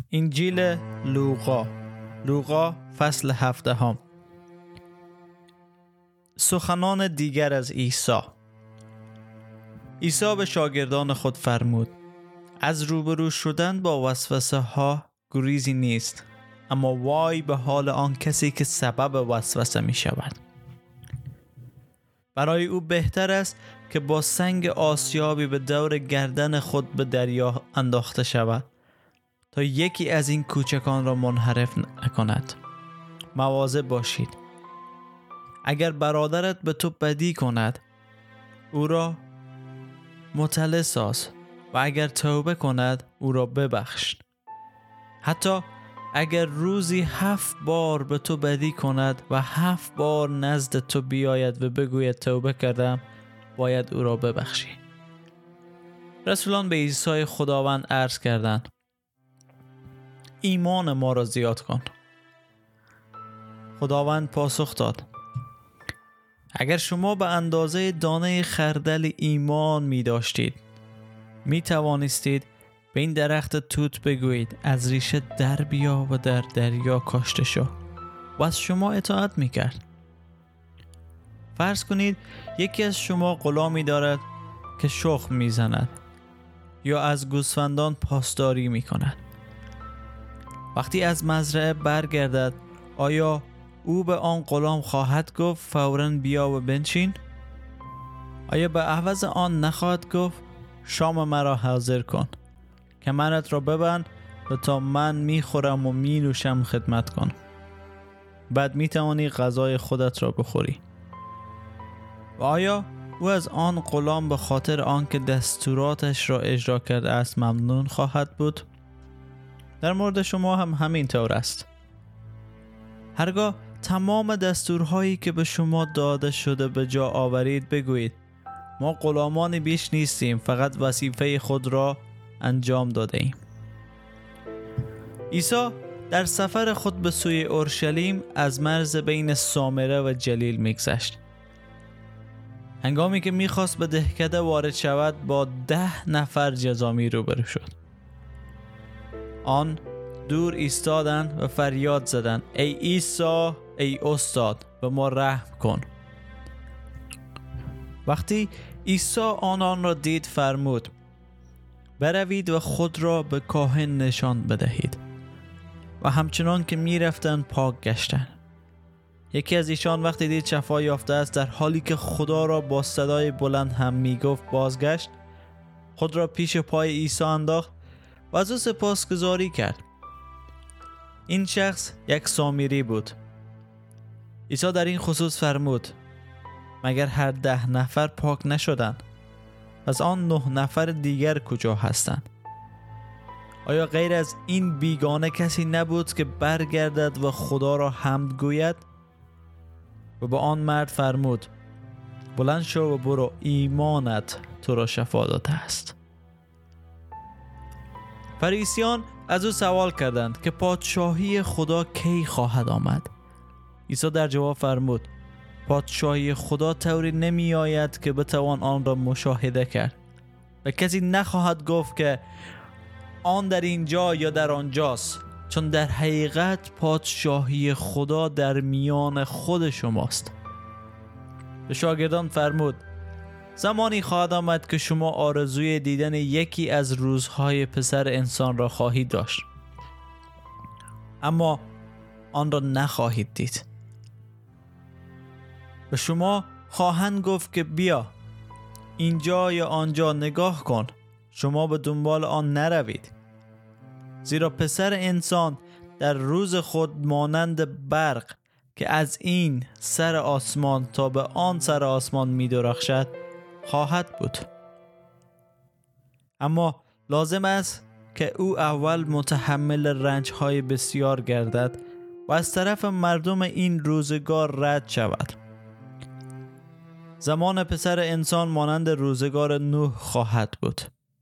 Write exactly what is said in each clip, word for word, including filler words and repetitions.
انجیل لوقا لوقا فصل هفدهم. سخنان دیگر از عیسی. عیسی به شاگردان خود فرمود: از روبرو شدن با وسوسه ها گریزی نیست، اما وای به حال آن کسی که سبب وسوسه می شود. برای او بهتر است که با سنگ آسیابی به دور گردن خود به دریا انداخته شود تا یکی از این کوچکان را منحرف نکند. مواظب باشید. اگر برادرت به تو بدی کند، او را مطلع ساز و اگر توبه کند، او را ببخش. حتی اگر روزی هفت بار به تو بدی کند و هفت بار نزد تو بیاید و بگوید توبه کردم، باید او را ببخشی. رسولان به عیسی خداوند عرض کردند: ایمان ما را زیاد کن. خداوند پاسخ داد: اگر شما به اندازه دانه خردل ایمان می داشتید، می توانستید به این درخت توت بگویید از ریشه در بیا و در دریا کاشته شو و از شما اطاعت می کرد. فرض کنید یکی از شما غلامی دارد که شخم می زند یا از گوسفندان پاسداری می کند. وقتی از مزرعه برگردد، آیا او به آن غلام خواهد گفت فوراً بیا و بنشین؟ آیا به عوض آن نخواهد گفت شام مرا حاضر کن، کمرت را ببند و تا من میخورم و مینوشم خدمت کن، بعد میتوانی غذای خودت را بخوری؟ و آیا او از آن غلام به خاطر آنکه دستوراتش را اجرا کرده است ممنون خواهد بود؟ در مورد شما هم همین طور است. هرگاه تمام دستورهایی که به شما داده شده به جا آورید، بگویید ما غلامان بیش نیستیم، فقط وظیفه خود را انجام داده ایم. عیسی در سفر خود به سوی اورشلیم از مرز بین سامره و جلیل میگذشت. هنگامی که میخواست به دهکده وارد شود، با ده نفر جزامی روبرو شد. آن دور ایستادند و فریاد زدند: ای عیسی، ای استاد، به ما رحم کن. وقتی عیسی آنان را دید، فرمود: بروید و خود را به کاهن نشان بدهید. و همچنان که می رفتند پاک گشتند. یکی از ایشان وقتی دید شفا یافته است، در حالی که خدا را با صدای بلند هم می گفت، بازگشت، خود را پیش پای عیسی انداخت و از او سپاسگزاری کرد. این شخص یک سامری بود. عیسی در این خصوص فرمود: مگر هر ده نفر پاک نشدند؟ پس آن نه نفر دیگر کجا هستند؟ آیا غیر از این بیگانه کسی نبود که برگردد و خدا را حمد گوید؟ و با آن مرد فرمود: بلند شو و برو، ایمانت تو را شفا داده است. فریسیان از او سوال کردند که پادشاهی خدا کی خواهد آمد؟ عیسی در جواب فرمود: پادشاهی خدا طوری نمی آید که بتوان آن را مشاهده کرد و کسی نخواهد گفت که آن در اینجا یا در آنجاست، چون در حقیقت پادشاهی خدا در میان خود شماست. به شاگردان فرمود: زمانی خواهد آمد که شما آرزوی دیدن یکی از روزهای پسر انسان را خواهید داشت، اما آن را نخواهید دید. به شما خواهند گفت که بیا اینجا یا آنجا نگاه کن، شما به دنبال آن نروید. زیرا پسر انسان در روز خود مانند برق که از این سر آسمان تا به آن سر آسمان می درخشد خواهد بود. اما لازم است که او اول متحمل رنج‌های بسیار گردد و از طرف مردم این روزگار رد شود. زمان پسر انسان مانند روزگار نوح خواهد بود.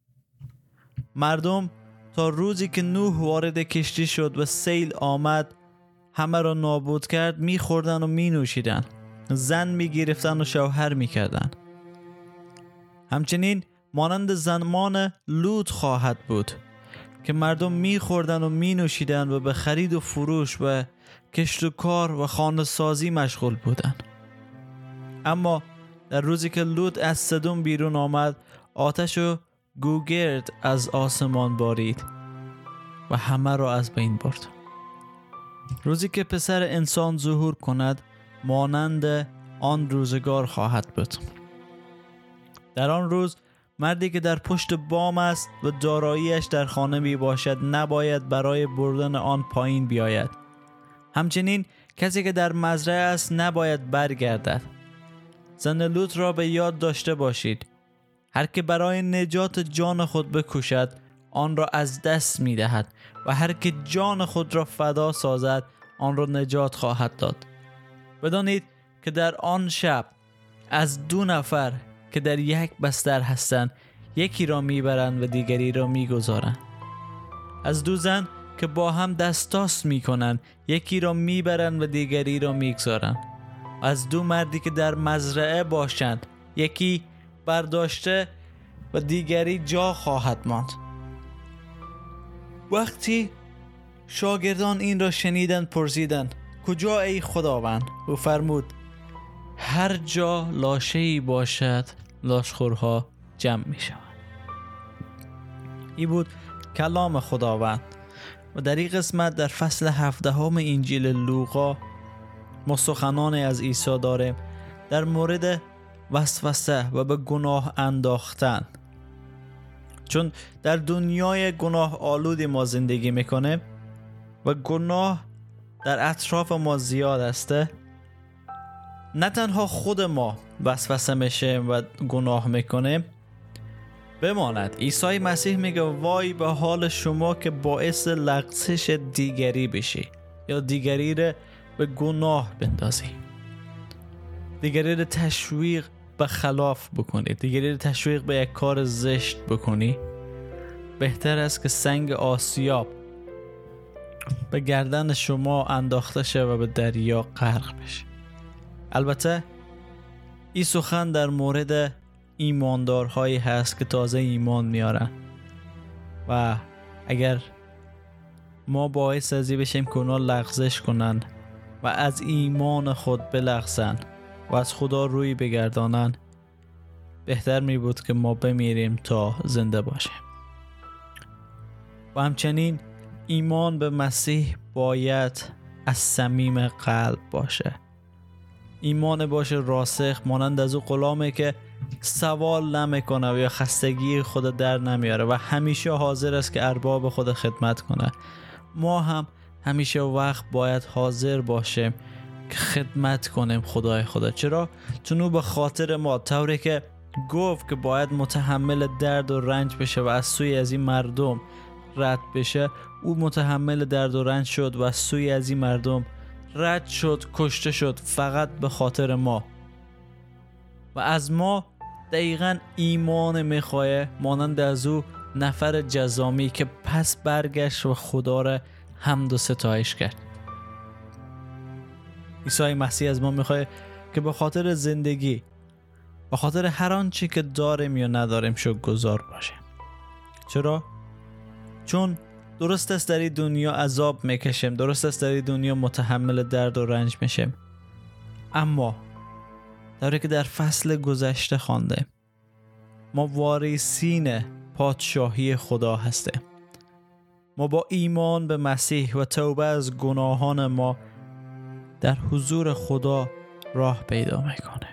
مردم تا روزی که نوح وارد کشتی شد و سیل آمد همه را نابود کرد، می خوردن و می نوشیدن، زن می گرفتن و شوهر می کردن. همچنین مانند زمان لوط خواهد بود که مردم میخوردن و مینوشیدن و به خرید و فروش و کشت و کار و خانه سازی مشغول بودن. اما در روزی که لوط از سدوم بیرون آمد، آتش و گوگرد از آسمان بارید و همه را از بین برد. روزی که پسر انسان ظهور کند مانند آن روزگار خواهد بود. در آن روز مردی که در پشت بام است و داراییش در خانه می باشد نباید برای بردن آن پایین بیاید. همچنین کسی که در مزرعه است نباید برگردد. زن لوط را به یاد داشته باشید. هر که برای نجات جان خود بکوشد آن را از دست می دهد و هر که جان خود را فدا سازد آن را نجات خواهد داد. بدانید که در آن شب از دو نفر که در یک بستر هستند یکی را میبرند و دیگری را میگذارند. از دو زن که با هم دستاس میکنند یکی را میبرند و دیگری را میگذارند. از دو مردی که در مزرعه باشند یکی برداشته و دیگری جا خواهد ماند. وقتی شاگردان این را شنیدند پرسیدند کجا ای خداوند؟ او فرمود هر جا لاشه‌ای باشد لاشخورها جمع می شوند. این بود کلام خداوند. و در این قسمت در فصل هفدهم انجیل لوقا ما سخنان از عیسی داریم در مورد وسوسه و به گناه انداختن. چون در دنیای گناه آلودی ما زندگی میکنه و گناه در اطراف ما زیاد هسته، نه تنها خود ما وسوسه میشه و گناه میکنه، بماند عیسی مسیح میگه وای به حال شما که باعث لغزش دیگری بشی یا دیگری رو به گناه بندازی، دیگری رو تشویق به خلاف بکنی، دیگری رو تشویق به یک کار زشت بکنی. بهتر است که سنگ آسیاب به گردن شما انداخته شه و به دریا غرق بشه. البته این سخن در مورد ایماندارهایی هست که تازه ایمان میارن و اگر ما باعث ازی بشیم که اونا لغزش کنن و از ایمان خود بلغزن و از خدا روی بگردانن، بهتر می بود که ما بمیریم تا زنده باشیم. و همچنین ایمان به مسیح باید از صمیم قلب باشه. ایمان باشه راسخ، مانند از او غلامه که سوال نمیکنه و یا خستگی خود در نمیاره و همیشه حاضر است که ارباب خود خدمت کنه. ما هم همیشه وقت باید حاضر باشیم که خدمت کنیم خدای خدا. چرا؟ چون او به خاطر ما، طوری که گفت که باید متحمل درد و رنج بشه و از سوی از این مردم رد بشه، او متحمل درد و رنج شد و از سوی از این مردم رد شد، کشته شد، فقط به خاطر ما. و از ما دقیقاً ایمان میخواه مانند از او نفر جزامی که پس برگشت و خدا را حمد و ستایش کرد. عیسی مسیح از ما میخواه که به خاطر زندگی، به خاطر هر آنچه که داریم یا نداریم شکرگزار باشیم. چرا؟ چون درست است در این دنیا عذاب میکشیم، درست است در این دنیا متحمل درد و رنج میشیم، اما طوری که در فصل گذشته خوانده ما وارثین پادشاهی خدا هستیم. ما با ایمان به مسیح و توبه از گناهان ما در حضور خدا راه پیدا میکنه.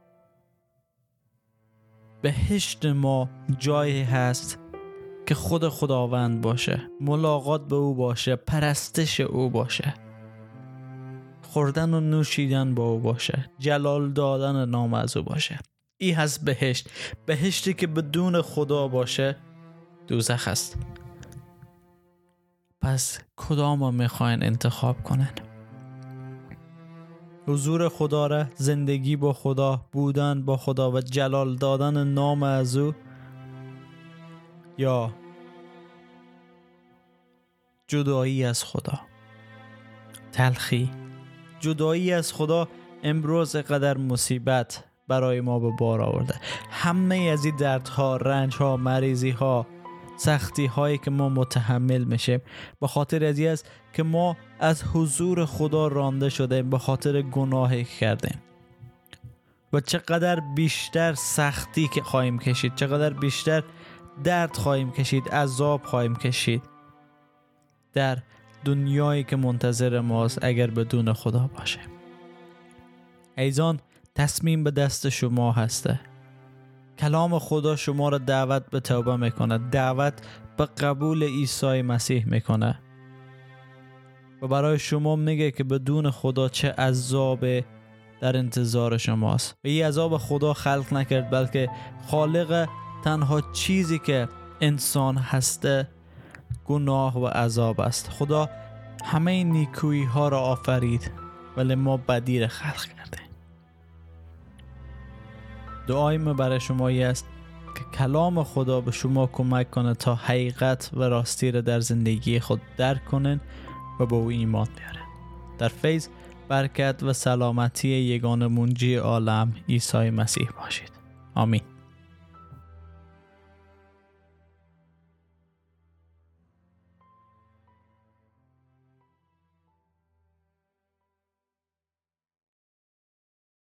بهشت ما جایی هست که خود خداوند باشه، ملاقات به او باشه، پرستش او باشه، خوردن و نوشیدن با او باشه، جلال دادن نام از او باشه. این هست بهشت. بهشتی که بدون خدا باشه دوزخ است. پس کدام رو میخواین انتخاب کنن؟ حضور خدا را، زندگی با خدا، بودن با خدا و جلال دادن نام از او، یا جدایی از خدا، تلخی؟ جدایی از خدا امروز قدر مصیبت برای ما به بار آورده. همه از این دردها، رنجها، مریضیها، سختی هایی که ما متحمل میشیم، به خاطر از این است که ما از حضور خدا رانده شدیم، به خاطر گناهی که کردیم. و چقدر بیشتر سختی که خواهیم کشید، چقدر بیشتر درد خواهیم کشید، عذاب خواهیم کشید در دنیایی که منتظر ماست اگر بدون خدا باشه. ایزان تصمیم به دست شما هسته. کلام خدا شما را دعوت به توبه میکنه، دعوت به قبول عیسی مسیح میکنه و برای شما میگه که بدون خدا چه عذاب در انتظار شماست. و این عذاب خدا خلق نکرد، بلکه خالق تنها چیزی که انسان هسته گناه و عذاب است. خدا همه نیکویی ها را آفرید ولی ما بدی را خلق کرده. دعایم برای شما است که کلام خدا به شما کمک کنه تا حقیقت و راستی را در زندگی خود درک کنن و به او ایمان بیارن. در فیض، برکت و سلامتی یگانه منجی عالم عیسی مسیح باشید. آمین.